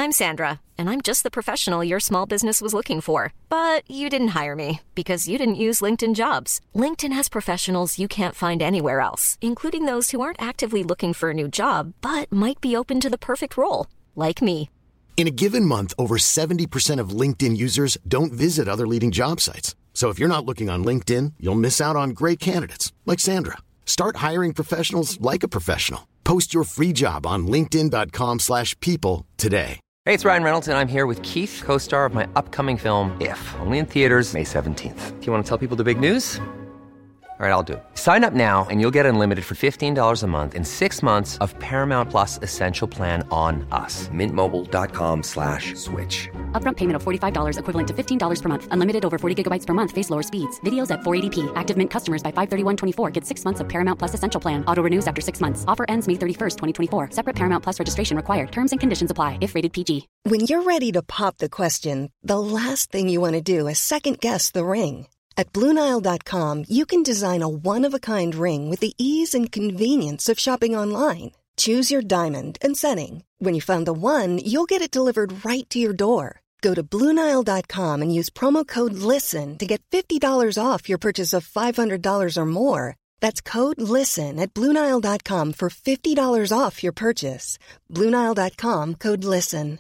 I'm Sandra, and I'm just the professional your small business was looking for. But you didn't hire me because you didn't use LinkedIn Jobs. LinkedIn has professionals you can't find anywhere else, including those who aren't actively looking for a new job, but might be open to the perfect role, like me. In a given month, over 70% of LinkedIn users don't visit other leading job sites. So if you're not looking on LinkedIn, you'll miss out on great candidates like Sandra. Start hiring professionals like a professional. Post your free job on linkedin.com/people today. Hey, it's Ryan Reynolds, and I'm here with Keith, co-star of my upcoming film, If, only in theaters May 17th. Do you want to tell people the big news? All right, I'll do it. Sign up now and you'll get unlimited for $15 a month and 6 months of Paramount Plus Essential Plan on us. MintMobile.com/switch. Upfront payment of $45 equivalent to $15 per month. Unlimited over 40 gigabytes per month. Face lower speeds. Videos at 480p. Active Mint customers by 531.24 get 6 months of Paramount Plus Essential Plan. Auto renews after 6 months. Offer ends May 31st, 2024. Separate Paramount Plus registration required. Terms and conditions apply if rated PG. When you're ready to pop the question, the last thing you want to do is second-guess the ring. At BlueNile.com, you can design a one-of-a-kind ring with the ease and convenience of shopping online. Choose your diamond and setting. When you find the one, you'll get it delivered right to your door. Go to BlueNile.com and use promo code LISTEN to get $50 off your purchase of $500 or more. That's code LISTEN at BlueNile.com for $50 off your purchase. BlueNile.com, code LISTEN.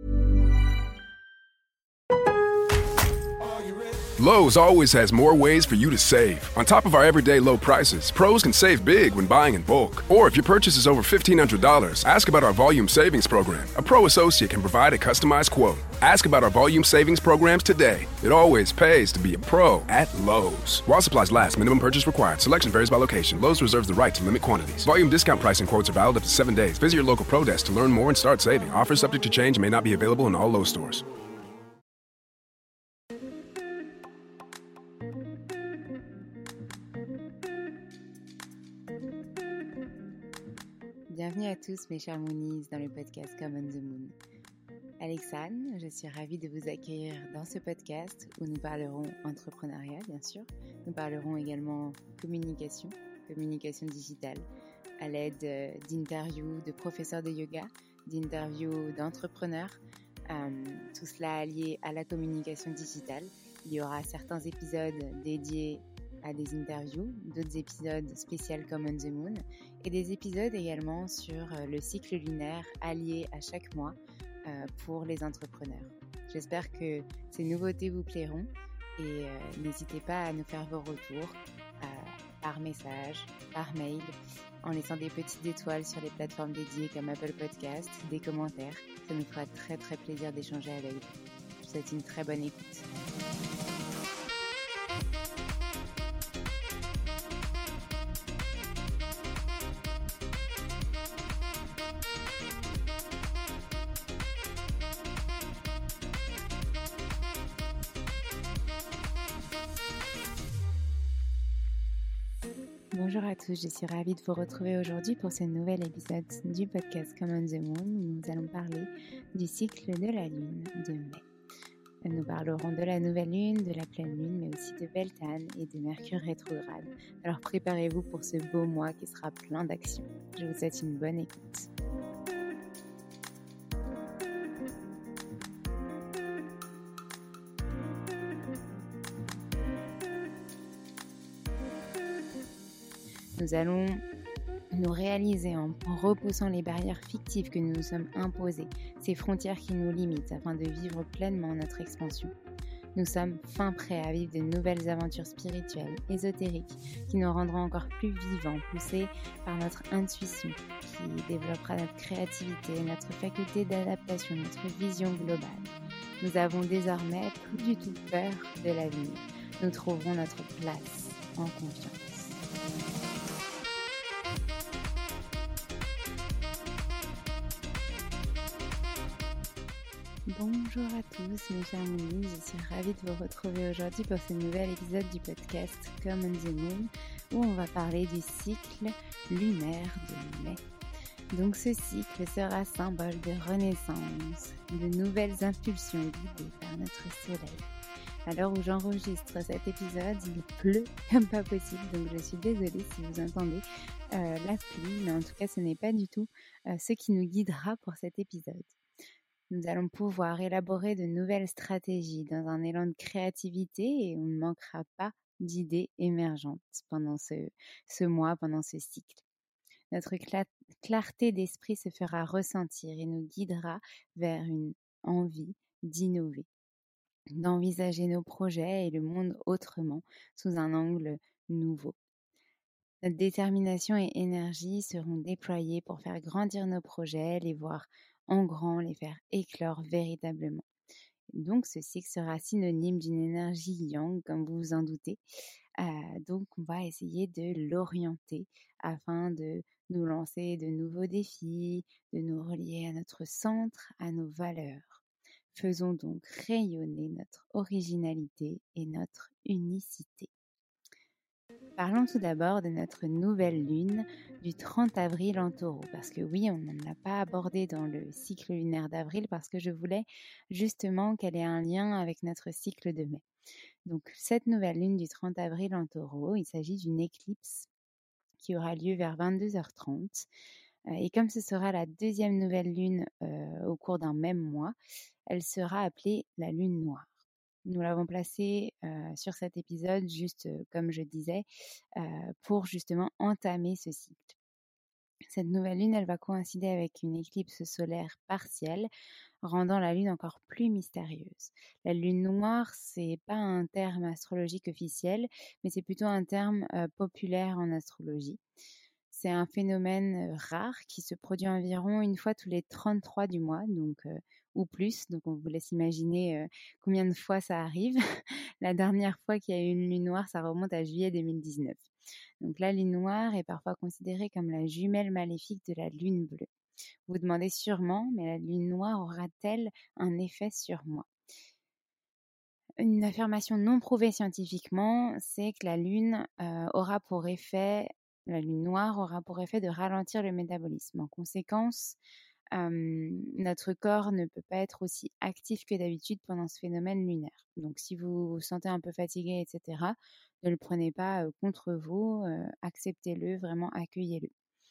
Lowe's always has more ways for you to save. On top of our everyday low prices, pros can save big when buying in bulk. Or if your purchase is over $1,500, ask about our Volume Savings Program. A pro associate can provide a customized quote. Ask about our Volume Savings Programs today. It always pays to be a pro at Lowe's. While supplies last, minimum purchase required. Selection varies by location. Lowe's reserves the right to limit quantities. Volume discount pricing quotes are valid up to 7 days. Visit your local pro desk to learn more and start saving. Offers subject to change and may not be available in all Lowe's stores. Bienvenue à tous mes chers Moonies dans le podcast Come on the Moon. Alexandre, je suis ravie de vous accueillir dans ce podcast où nous parlerons entrepreneuriat bien sûr. Nous parlerons également communication digitale à l'aide d'interviews de professeurs de yoga, d'interviews d'entrepreneurs, tout cela allié à la communication digitale. Il y aura certains épisodes dédiés à des interviews, d'autres épisodes spéciaux comme On the Moon et des épisodes également sur le cycle lunaire allié à chaque mois pour les entrepreneurs. J'espère que ces nouveautés vous plairont et n'hésitez pas à nous faire vos retours par message, par mail, en laissant des petites étoiles sur les plateformes dédiées comme Apple Podcast, des commentaires. Ça nous fera très très plaisir d'échanger avec vous. Je vous souhaite une très bonne écoute. Bonjour à tous, je suis ravie de vous retrouver aujourd'hui pour ce nouvel épisode du podcast Come on the Moon où nous allons parler du cycle de la lune de mai. Nous parlerons de la nouvelle lune, de la pleine lune, mais aussi de Beltane et de Mercure rétrograde. Alors préparez-vous pour ce beau mois qui sera plein d'actions. Je vous souhaite une bonne écoute. Nous allons nous réaliser en repoussant les barrières fictives que nous nous sommes imposées, ces frontières qui nous limitent afin de vivre pleinement notre expansion. Nous sommes fin prêts à vivre de nouvelles aventures spirituelles, ésotériques, qui nous rendront encore plus vivants, poussés par notre intuition, qui développera notre créativité, notre faculté d'adaptation, notre vision globale. Nous avons désormais plus du tout peur de l'avenir. Nous trouverons notre place en confiance. Bonjour à tous mes chers Moonies, je suis ravie de vous retrouver aujourd'hui pour ce nouvel épisode du podcast Come on the Moon où on va parler du cycle lunaire de mai. Donc ce cycle sera symbole de renaissance, de nouvelles impulsions guidées par notre soleil. À l'heure où j'enregistre cet épisode, il pleut comme pas possible, donc je suis désolée si vous entendez la pluie, mais en tout cas ce n'est pas du tout ce qui nous guidera pour cet épisode. Nous allons pouvoir élaborer de nouvelles stratégies dans un élan de créativité et on ne manquera pas d'idées émergentes pendant ce mois, pendant ce cycle. Notre clarté d'esprit se fera ressentir et nous guidera vers une envie d'innover, d'envisager nos projets et le monde autrement, sous un angle nouveau. Notre détermination et énergie seront déployées pour faire grandir nos projets, les voir en grand, les faire éclore véritablement. Donc, ce cycle sera synonyme d'une énergie yang, comme vous vous en doutez. Donc, on va essayer de l'orienter afin de nous lancer de nouveaux défis, de nous relier à notre centre, à nos valeurs. Faisons donc rayonner notre originalité et notre unicité. Parlons tout d'abord de notre nouvelle lune du 30 avril en taureau, parce que oui, on n'en a pas abordé dans le cycle lunaire d'avril, parce que je voulais justement qu'elle ait un lien avec notre cycle de mai. Donc cette nouvelle lune du 30 avril en taureau, il s'agit d'une éclipse qui aura lieu vers 22h30. Et comme ce sera la deuxième nouvelle lune au cours d'un même mois, elle sera appelée la lune noire. Nous l'avons placée sur cet épisode, juste comme je disais, pour justement entamer ce cycle. Cette nouvelle lune, elle va coïncider avec une éclipse solaire partielle, rendant la lune encore plus mystérieuse. La lune noire, c'est pas un terme astrologique officiel, mais c'est plutôt un terme populaire en astrologie. C'est un phénomène rare qui se produit environ une fois tous les 33 du mois, donc ou plus. Donc on vous laisse imaginer combien de fois ça arrive. La dernière fois qu'il y a eu une lune noire, ça remonte à juillet 2019. Donc la lune noire est parfois considérée comme la jumelle maléfique de la lune bleue. Vous vous demandez sûrement, mais la lune noire aura-t-elle un effet sur moi ? Une affirmation non prouvée scientifiquement, c'est que la lune noire aura pour effet de ralentir le métabolisme. En conséquence, notre corps ne peut pas être aussi actif que d'habitude pendant ce phénomène lunaire. Donc si vous vous sentez un peu fatigué, etc., ne le prenez pas contre vous, acceptez-le, vraiment accueillez-le.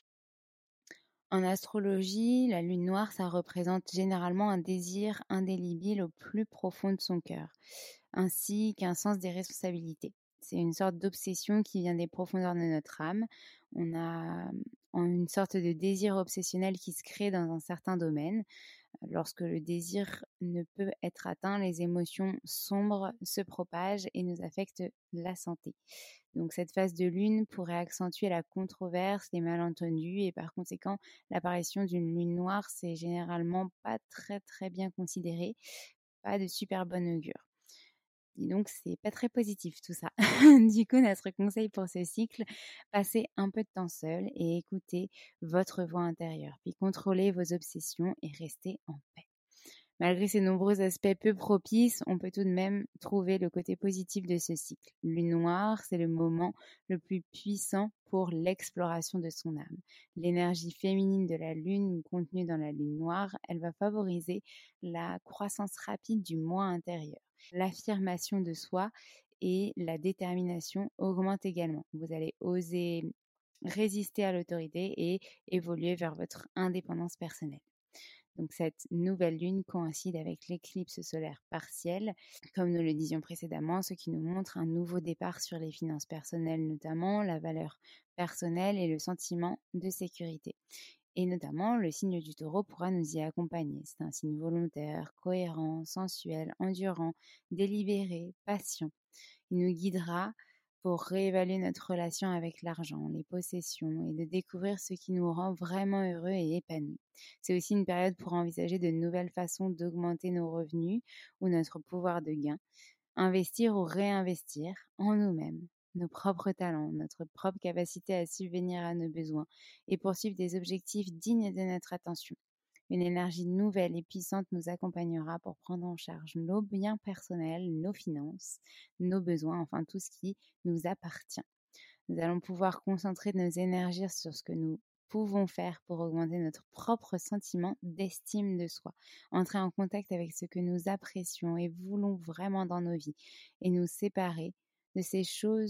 En astrologie, la lune noire, ça représente généralement un désir indélébile au plus profond de son cœur, ainsi qu'un sens des responsabilités. C'est une sorte d'obsession qui vient des profondeurs de notre âme. On a une sorte de désir obsessionnel qui se crée dans un certain domaine. Lorsque le désir ne peut être atteint, les émotions sombres se propagent et nous affectent la santé. Donc cette phase de lune pourrait accentuer la controverse, les malentendus et par conséquent l'apparition d'une lune noire, c'est généralement pas très très bien considéré, pas de super bon augure. Et donc c'est pas très positif tout ça. Du coup, notre conseil pour ce cycle, passez un peu de temps seul et écoutez votre voix intérieure, puis contrôlez vos obsessions et restez en paix. Malgré ces nombreux aspects peu propices, on peut tout de même trouver le côté positif de ce cycle. Lune noire, c'est le moment le plus puissant pour l'exploration de son âme. L'énergie féminine de la lune contenue dans la lune noire, elle va favoriser la croissance rapide du moi intérieur. L'affirmation de soi et la détermination augmentent également. Vous allez oser résister à l'autorité et évoluer vers votre indépendance personnelle. Donc cette nouvelle lune coïncide avec l'éclipse solaire partielle, comme nous le disions précédemment, ce qui nous montre un nouveau départ sur les finances personnelles notamment, la valeur personnelle et le sentiment de sécurité. Et notamment, le signe du taureau pourra nous y accompagner. C'est un signe volontaire, cohérent, sensuel, endurant, délibéré, patient. Il nous guidera pour réévaluer notre relation avec l'argent, les possessions et de découvrir ce qui nous rend vraiment heureux et épanouis. C'est aussi une période pour envisager de nouvelles façons d'augmenter nos revenus ou notre pouvoir de gain, investir ou réinvestir en nous-mêmes, nos propres talents, notre propre capacité à subvenir à nos besoins et poursuivre des objectifs dignes de notre attention. Une énergie nouvelle et puissante nous accompagnera pour prendre en charge nos biens personnels, nos finances, nos besoins, enfin tout ce qui nous appartient. Nous allons pouvoir concentrer nos énergies sur ce que nous pouvons faire pour augmenter notre propre sentiment d'estime de soi, entrer en contact avec ce que nous apprécions et voulons vraiment dans nos vies et nous séparer de ces choses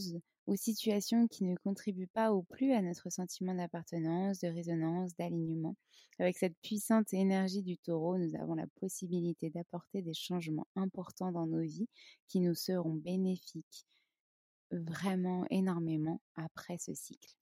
ou situations qui ne contribuent pas ou plus à notre sentiment d'appartenance, de résonance, d'alignement. Avec cette puissante énergie du taureau, nous avons la possibilité d'apporter des changements importants dans nos vies qui nous seront bénéfiques vraiment énormément après ce cycle.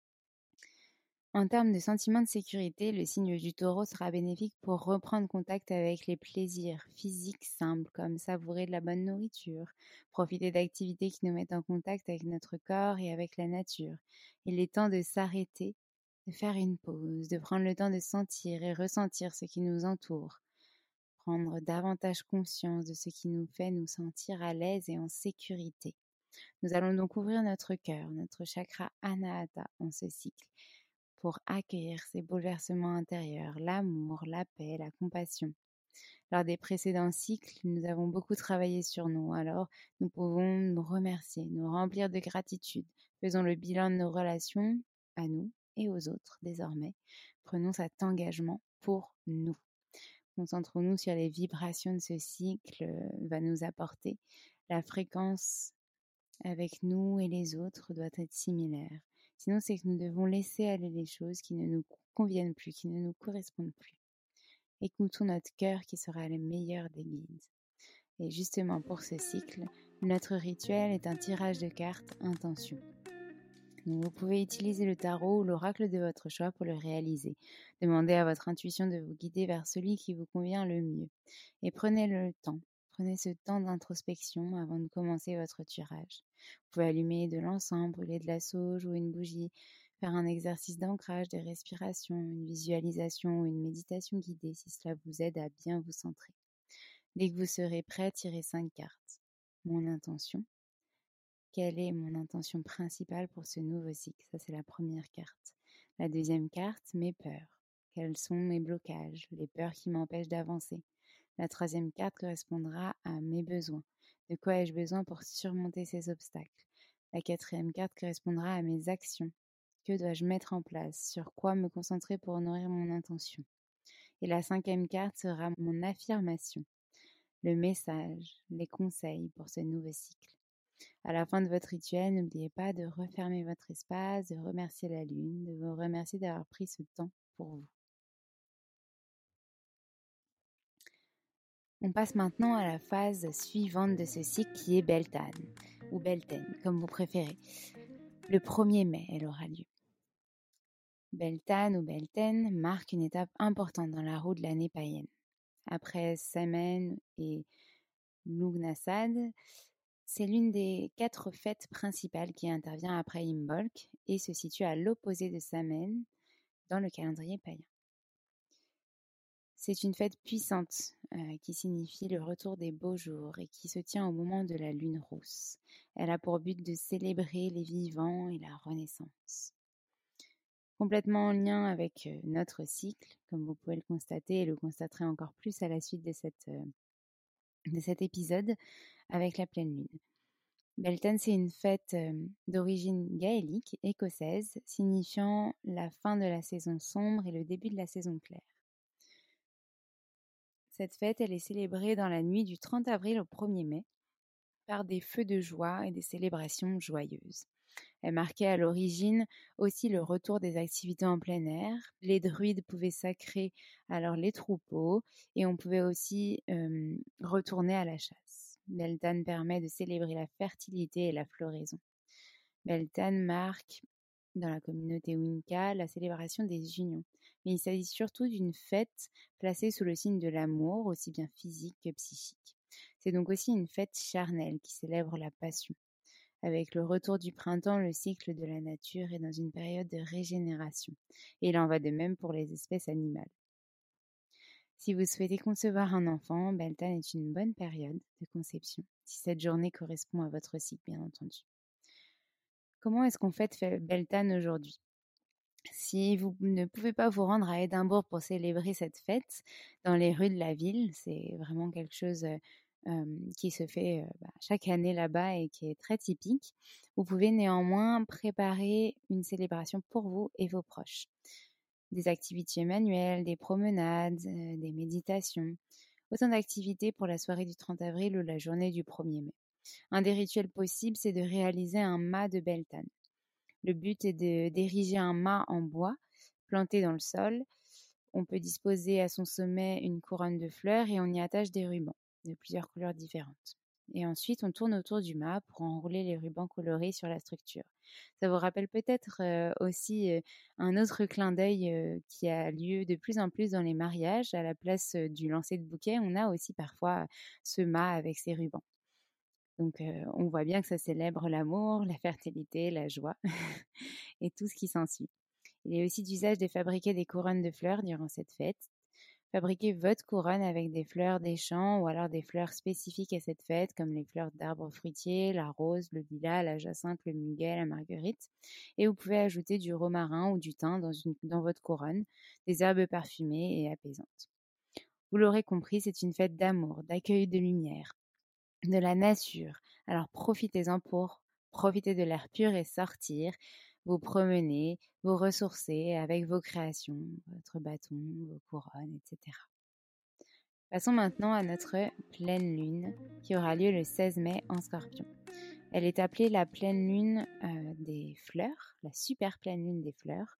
En termes de sentiment de sécurité, le signe du taureau sera bénéfique pour reprendre contact avec les plaisirs physiques simples comme savourer de la bonne nourriture, profiter d'activités qui nous mettent en contact avec notre corps et avec la nature. Il est temps de s'arrêter, de faire une pause, de prendre le temps de sentir et ressentir ce qui nous entoure, prendre davantage conscience de ce qui nous fait nous sentir à l'aise et en sécurité. Nous allons donc ouvrir notre cœur, notre chakra Anahata en ce cycle, pour accueillir ces bouleversements intérieurs, l'amour, la paix, la compassion. Lors des précédents cycles, nous avons beaucoup travaillé sur nous, alors nous pouvons nous remercier, nous remplir de gratitude. Faisons le bilan de nos relations à nous et aux autres désormais. Prenons cet engagement pour nous. Concentrons-nous sur les vibrations de ce cycle va nous apporter. La fréquence avec nous et les autres doit être similaire. Sinon, c'est que nous devons laisser aller les choses qui ne nous conviennent plus, qui ne nous correspondent plus. Écoutons notre cœur qui sera le meilleur des guides. Et justement, pour ce cycle, notre rituel est un tirage de cartes intention. Donc, vous pouvez utiliser le tarot ou l'oracle de votre choix pour le réaliser. Demandez à votre intuition de vous guider vers celui qui vous convient le mieux. Et prenez le temps. Prenez ce temps d'introspection avant de commencer votre tirage. Vous pouvez allumer de l'encens, brûler de la sauge ou une bougie, faire un exercice d'ancrage, de respiration, une visualisation ou une méditation guidée si cela vous aide à bien vous centrer. Dès que vous serez prêt, tirez 5 cartes. Mon intention. Quelle est mon intention principale pour ce nouveau cycle? Ça, c'est la première carte. La deuxième carte, mes peurs. Quels sont mes blocages, les peurs qui m'empêchent d'avancer? La troisième carte correspondra à mes besoins. De quoi ai-je besoin pour surmonter ces obstacles? La quatrième carte correspondra à mes actions. Que dois-je mettre en place? Sur quoi me concentrer pour nourrir mon intention? Et la cinquième carte sera mon affirmation, le message, les conseils pour ce nouveau cycle. À la fin de votre rituel, n'oubliez pas de refermer votre espace, de remercier la lune, de vous remercier d'avoir pris ce temps pour vous. On passe maintenant à la phase suivante de ce cycle qui est Beltane, ou Beltane, comme vous préférez. Le 1er mai, elle aura lieu. Beltane ou Beltane marque une étape importante dans la roue de l'année païenne. Après Samen et Lugnasad, c'est l'une des 4 fêtes principales qui intervient après Imbolc et se situe à l'opposé de Samen dans le calendrier païen. C'est une fête puissante qui signifie le retour des beaux jours et qui se tient au moment de la lune rousse. Elle a pour but de célébrer les vivants et la renaissance. Complètement en lien avec notre cycle, comme vous pouvez le constater et le constaterez encore plus à la suite de cet épisode avec la pleine lune. Beltane, c'est une fête d'origine gaélique, écossaise, signifiant la fin de la saison sombre et le début de la saison claire. Cette fête, elle est célébrée dans la nuit du 30 avril au 1er mai par des feux de joie et des célébrations joyeuses. Elle marquait à l'origine aussi le retour des activités en plein air. Les druides pouvaient sacrer alors les troupeaux et on pouvait aussi retourner à la chasse. Beltane permet de célébrer la fertilité et la floraison. Beltane marque, dans la communauté Winca, la célébration des unions. Mais il s'agit surtout d'une fête placée sous le signe de l'amour, aussi bien physique que psychique. C'est donc aussi une fête charnelle qui célèbre la passion. Avec le retour du printemps, le cycle de la nature est dans une période de régénération. Et il en va de même pour les espèces animales. Si vous souhaitez concevoir un enfant, Beltane est une bonne période de conception, si cette journée correspond à votre cycle, bien entendu. Comment est-ce qu'on fête Beltane aujourd'hui? Si vous ne pouvez pas vous rendre à Édimbourg pour célébrer cette fête, dans les rues de la ville, c'est vraiment quelque chose qui se fait chaque année là-bas et qui est très typique, vous pouvez néanmoins préparer une célébration pour vous et vos proches. Des activités manuelles, des promenades, des méditations, autant d'activités pour la soirée du 30 avril ou la journée du 1er mai. Un des rituels possibles, c'est de réaliser un mât de Beltane. Le but est d'ériger un mât en bois, planté dans le sol. On peut disposer à son sommet une couronne de fleurs et on y attache des rubans de plusieurs couleurs différentes. Et ensuite, on tourne autour du mât pour enrouler les rubans colorés sur la structure. Ça vous rappelle peut-être aussi un autre clin d'œil qui a lieu de plus en plus dans les mariages. À la place du lancer de bouquet, on a aussi parfois ce mât avec ses rubans. Donc, on voit bien que ça célèbre l'amour, la fertilité, la joie et tout ce qui s'ensuit. Il est aussi d'usage de fabriquer des couronnes de fleurs durant cette fête. Fabriquez votre couronne avec des fleurs des champs ou alors des fleurs spécifiques à cette fête, comme les fleurs d'arbres fruitiers, la rose, le lilas, la jacinthe, le muguet, la marguerite. Et vous pouvez ajouter du romarin ou du thym dans votre couronne, des herbes parfumées et apaisantes. Vous l'aurez compris, c'est une fête d'amour, d'accueil de lumière, de la nature. Alors profitez-en pour profiter de l'air pur et sortir, vous promener, vous ressourcer avec vos créations, votre bâton, vos couronnes, etc. Passons maintenant à notre pleine lune qui aura lieu le 16 mai en Scorpion. Elle est appelée la pleine lune des fleurs, la super pleine lune des fleurs,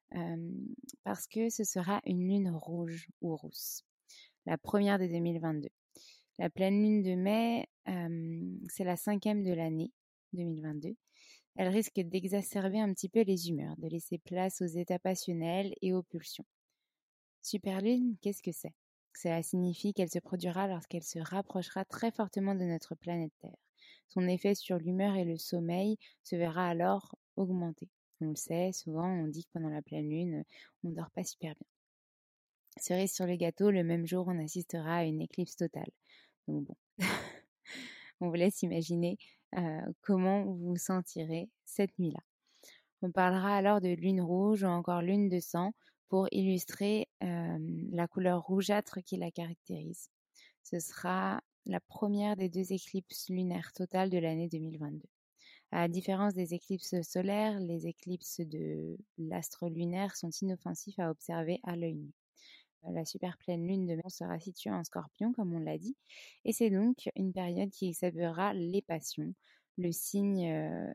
parce que ce sera une lune rouge ou rousse, la première de 2022. La pleine lune de mai, c'est la 5e de l'année 2022. Elle risque d'exacerber un petit peu les humeurs, de laisser place aux états passionnels et aux pulsions. Superlune, qu'est-ce que c'est ? Cela signifie qu'elle se produira lorsqu'elle se rapprochera très fortement de notre planète Terre. Son effet sur l'humeur et le sommeil se verra alors augmenter. On le sait, souvent on dit que pendant la pleine lune, on ne dort pas super bien. Cerise sur le gâteau, le même jour on assistera à une éclipse totale. Donc bon, on vous laisse imaginer comment vous vous sentirez cette nuit-là. On parlera alors de lune rouge ou encore lune de sang pour illustrer la couleur rougeâtre qui la caractérise. Ce sera la première des 2 éclipses lunaires totales de l'année 2022. À la différence des éclipses solaires, les éclipses de l'astre lunaire sont inoffensifs à observer à l'œil nu. La super pleine lune de mai sera située en Scorpion, comme on l'a dit, et c'est donc une période qui exacerbera les passions. Le signe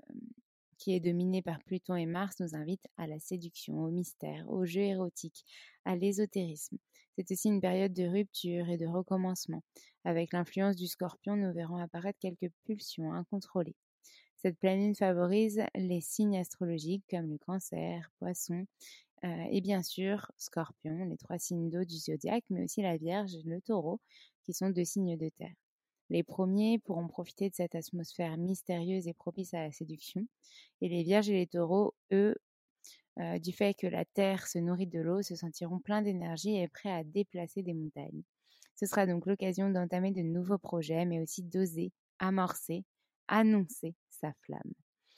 qui est dominé par Pluton et Mars nous invite à la séduction, au mystère, au jeu érotique, à l'ésotérisme. C'est aussi une période de rupture et de recommencement. Avec l'influence du Scorpion, nous verrons apparaître quelques pulsions incontrôlées. Cette pleine lune favorise les signes astrologiques comme le Cancer, Poisson, et bien sûr, Scorpion, les 3 signes d'eau du zodiaque, mais aussi la Vierge et le Taureau, qui sont 2 signes de terre. Les premiers pourront profiter de cette atmosphère mystérieuse et propice à la séduction, et les Vierges et les Taureaux, eux, du fait que la terre se nourrit de l'eau, se sentiront pleins d'énergie et prêts à déplacer des montagnes. Ce sera donc l'occasion d'entamer de nouveaux projets, mais aussi d'oser, amorcer, annoncer sa flamme.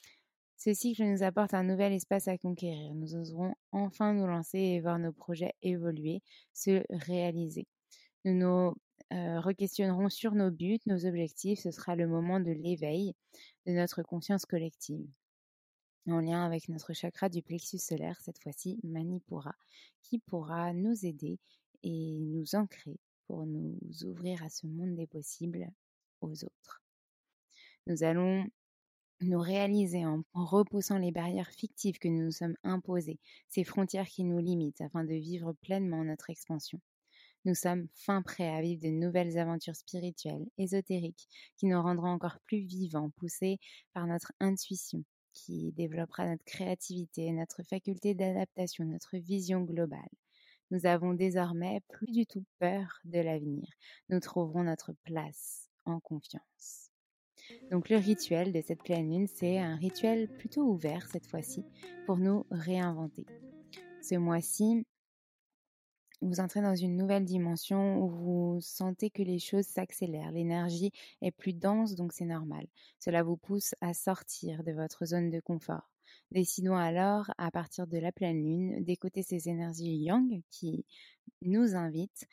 Ce cycle nous apporte un nouvel espace à conquérir. Nous oserons enfin nous lancer et voir nos projets évoluer, se réaliser. Nous nous re-questionnerons sur nos buts, nos objectifs. Ce sera le moment de l'éveil de notre conscience collective. En lien avec notre chakra du plexus solaire, cette fois-ci Manipura, qui pourra nous aider et nous ancrer pour nous ouvrir à ce monde des possibles aux autres. Nous allons nous réaliser en repoussant les barrières fictives que nous nous sommes imposées, ces frontières qui nous limitent afin de vivre pleinement notre expansion. Nous sommes fin prêts à vivre de nouvelles aventures spirituelles, ésotériques, qui nous rendront encore plus vivants, poussés par notre intuition, qui développera notre créativité, notre faculté d'adaptation, notre vision globale. Nous avons désormais plus du tout peur de l'avenir. Nous trouverons notre place en confiance. Donc le rituel de cette pleine lune, c'est un rituel plutôt ouvert cette fois-ci pour nous réinventer. Ce mois-ci, vous entrez dans une nouvelle dimension où vous sentez que les choses s'accélèrent. L'énergie est plus dense, donc c'est normal. Cela vous pousse à sortir de votre zone de confort. Décidons alors, à partir de la pleine lune, d'écouter ces énergies yang qui nous invitent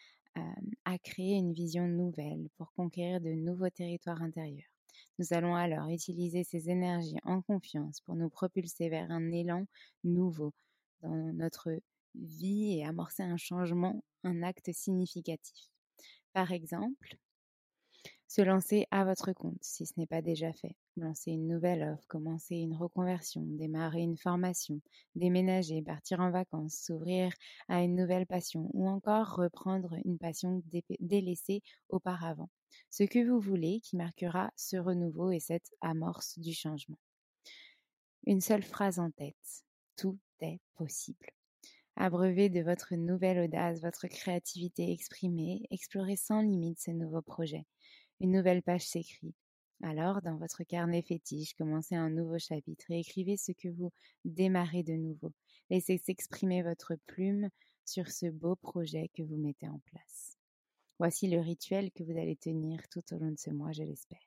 à créer une vision nouvelle pour conquérir de nouveaux territoires intérieurs. Nous allons alors utiliser ces énergies en confiance pour nous propulser vers un élan nouveau dans notre vie et amorcer un changement, un acte significatif. Par exemple, Se lancer à votre compte, si ce n'est pas déjà fait. Lancer une nouvelle offre, commencer une reconversion, démarrer une formation, déménager, partir en vacances, s'ouvrir à une nouvelle passion ou encore reprendre une passion délaissée auparavant. Ce que vous voulez qui marquera ce renouveau et cette amorce du changement. Une seule phrase en tête. Tout est possible. Abreuvez de votre nouvelle audace, votre créativité exprimée, explorez sans limite ce nouveau projet. Une nouvelle page s'écrit. Alors, dans votre carnet fétiche, commencez un nouveau chapitre et écrivez ce que vous démarrez de nouveau. Laissez s'exprimer votre plume sur ce beau projet que vous mettez en place. Voici le rituel que vous allez tenir tout au long de ce mois, je l'espère.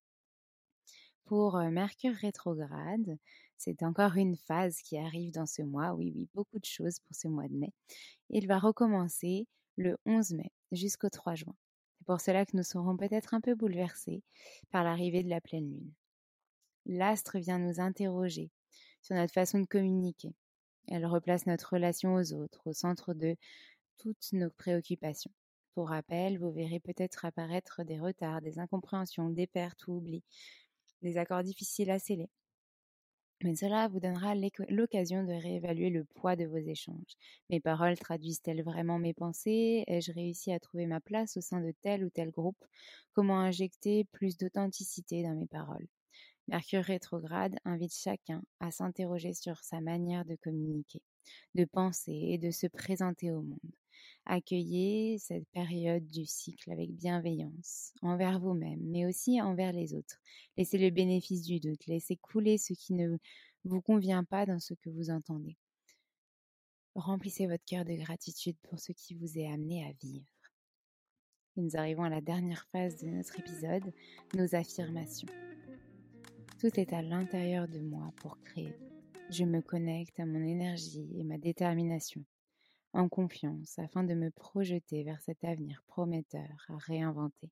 Pour Mercure rétrograde, c'est encore une phase qui arrive dans ce mois. Oui, beaucoup de choses pour ce mois de mai. Il va recommencer le 11 mai jusqu'au 3 juin. C'est pour cela que nous serons peut-être un peu bouleversés par l'arrivée de la pleine lune. L'astre vient nous interroger sur notre façon de communiquer. Elle replace notre relation aux autres au centre de toutes nos préoccupations. Pour rappel, vous verrez peut-être apparaître des retards, des incompréhensions, des pertes ou oublis, des accords difficiles à sceller. Mais cela vous donnera l'occasion de réévaluer le poids de vos échanges. Mes paroles traduisent-elles vraiment mes pensées? Ai-je réussi à trouver ma place au sein de tel ou tel groupe? Comment injecter plus d'authenticité dans mes paroles? Mercure rétrograde invite chacun à s'interroger sur sa manière de communiquer, de penser et de se présenter au monde. Accueillez cette période du cycle avec bienveillance, envers vous-même, mais aussi envers les autres. Laissez le bénéfice du doute, laissez couler ce qui ne vous convient pas dans ce que vous entendez. Remplissez votre cœur de gratitude pour ce qui vous est amené à vivre. Et nous arrivons à la dernière phase de notre épisode, nos affirmations. Tout est à l'intérieur de moi pour créer. Je me connecte à mon énergie et ma détermination, en confiance, afin de me projeter vers cet avenir prometteur à réinventer.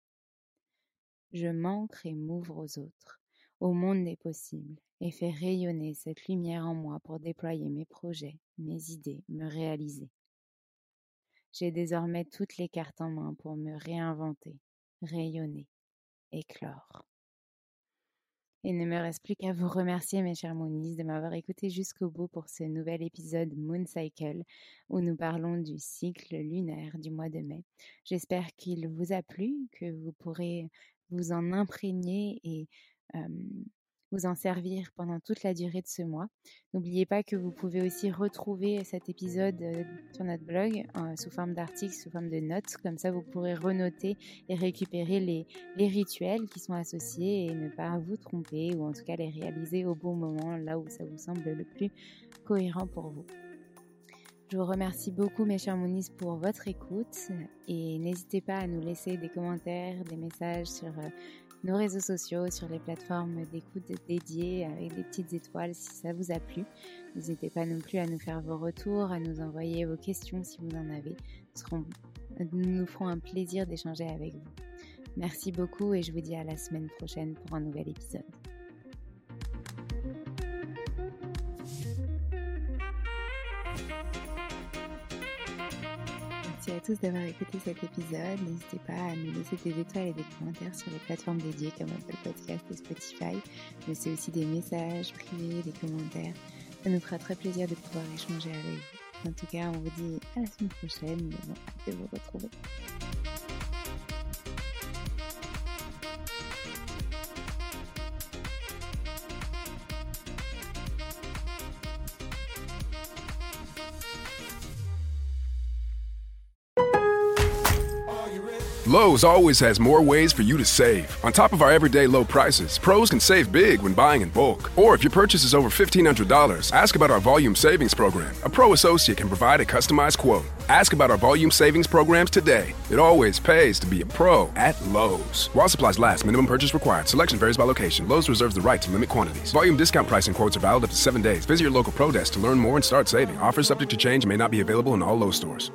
Je m'ancre et m'ouvre aux autres, au monde des possibles, et fais rayonner cette lumière en moi pour déployer mes projets, mes idées, me réaliser. J'ai désormais toutes les cartes en main pour me réinventer, rayonner, éclore. Il ne me reste plus qu'à vous remercier, mes chers Moonies, de m'avoir écouté jusqu'au bout pour ce nouvel épisode Moon Cycle, où nous parlons du cycle lunaire du mois de mai. J'espère qu'il vous a plu, que vous pourrez vous en imprégner et vous en servir pendant toute la durée de ce mois. N'oubliez pas que vous pouvez aussi retrouver cet épisode sur notre blog sous forme d'articles, sous forme de notes. Comme ça, vous pourrez renoter et récupérer les rituels qui sont associés et ne pas vous tromper ou en tout cas les réaliser au bon moment, là où ça vous semble le plus cohérent pour vous. Je vous remercie beaucoup, mes chers Moonies, pour votre écoute et n'hésitez pas à nous laisser des commentaires, des messages sur nos réseaux sociaux, sur les plateformes d'écoute dédiées avec des petites étoiles si ça vous a plu. N'hésitez pas non plus à nous faire vos retours, à nous envoyer vos questions si vous en avez. Nous nous ferons un plaisir d'échanger avec vous. Merci beaucoup et je vous dis à la semaine prochaine pour un nouvel épisode. Merci à tous d'avoir écouté cet épisode. N'hésitez pas à nous laisser des étoiles et des commentaires sur les plateformes dédiées comme Apple Podcast et Spotify. Laissez aussi des messages privés, des commentaires. Ça nous fera très plaisir de pouvoir échanger avec vous. En tout cas, on vous dit à la semaine prochaine. Nous avons hâte de vous retrouver. Lowe's always has more ways for you to save. On top of our everyday low prices, pros can save big when buying in bulk. Or if your purchase is over $1,500, ask about our volume savings program. A pro associate can provide a customized quote. Ask about our volume savings programs today. It always pays to be a pro at Lowe's. While supplies last, minimum purchase required. Selection varies by location. Lowe's reserves the right to limit quantities. Volume discount pricing quotes are valid up to 7 days. Visit your local pro desk to learn more and start saving. Offers subject to change and may not be available in all Lowe's stores.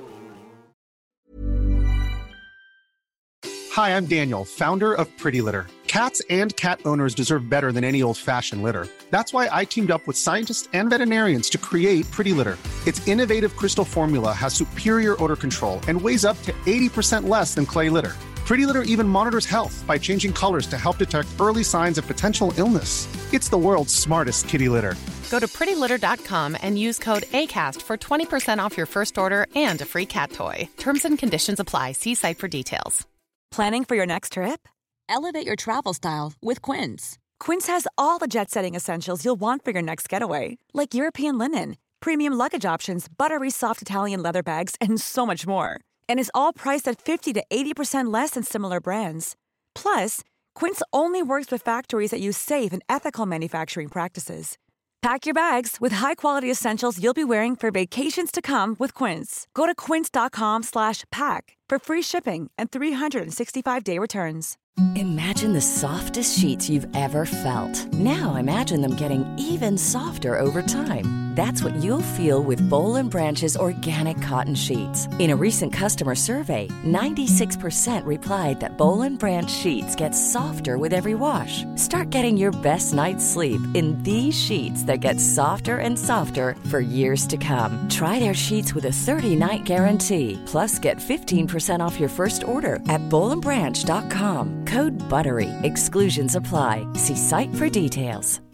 Hi, I'm Daniel, founder of Pretty Litter. Cats and cat owners deserve better than any old-fashioned litter. That's why I teamed up with scientists and veterinarians to create Pretty Litter. Its innovative crystal formula has superior odor control and weighs up to 80% less than clay litter. Pretty Litter even monitors health by changing colors to help detect early signs of potential illness. It's the world's smartest kitty litter. Go to prettylitter.com and use code ACAST for 20% off your first order and a free cat toy. Terms and conditions apply. See site for details. Planning for your next trip? Elevate your travel style with Quince. Quince has all the jet-setting essentials you'll want for your next getaway, like European linen, premium luggage options, buttery soft Italian leather bags, and so much more. And is all priced at 50 to 80% less than similar brands. Plus, Quince only works with factories that use safe and ethical manufacturing practices. Pack your bags with high-quality essentials you'll be wearing for vacations to come with Quince. Go to quince.com/pack for free shipping and 365-day returns. Imagine the softest sheets you've ever felt. Now imagine them getting even softer over time. That's what you'll feel with Boll & Branch's organic cotton sheets. In a recent customer survey, 96% replied that Boll & Branch sheets get softer with every wash. Start getting your best night's sleep in these sheets that get softer and softer for years to come. Try their sheets with a 30-night guarantee. Plus, get 15% off your first order at bollandbranch.com. Code BUTTERY. Exclusions apply. See site for details.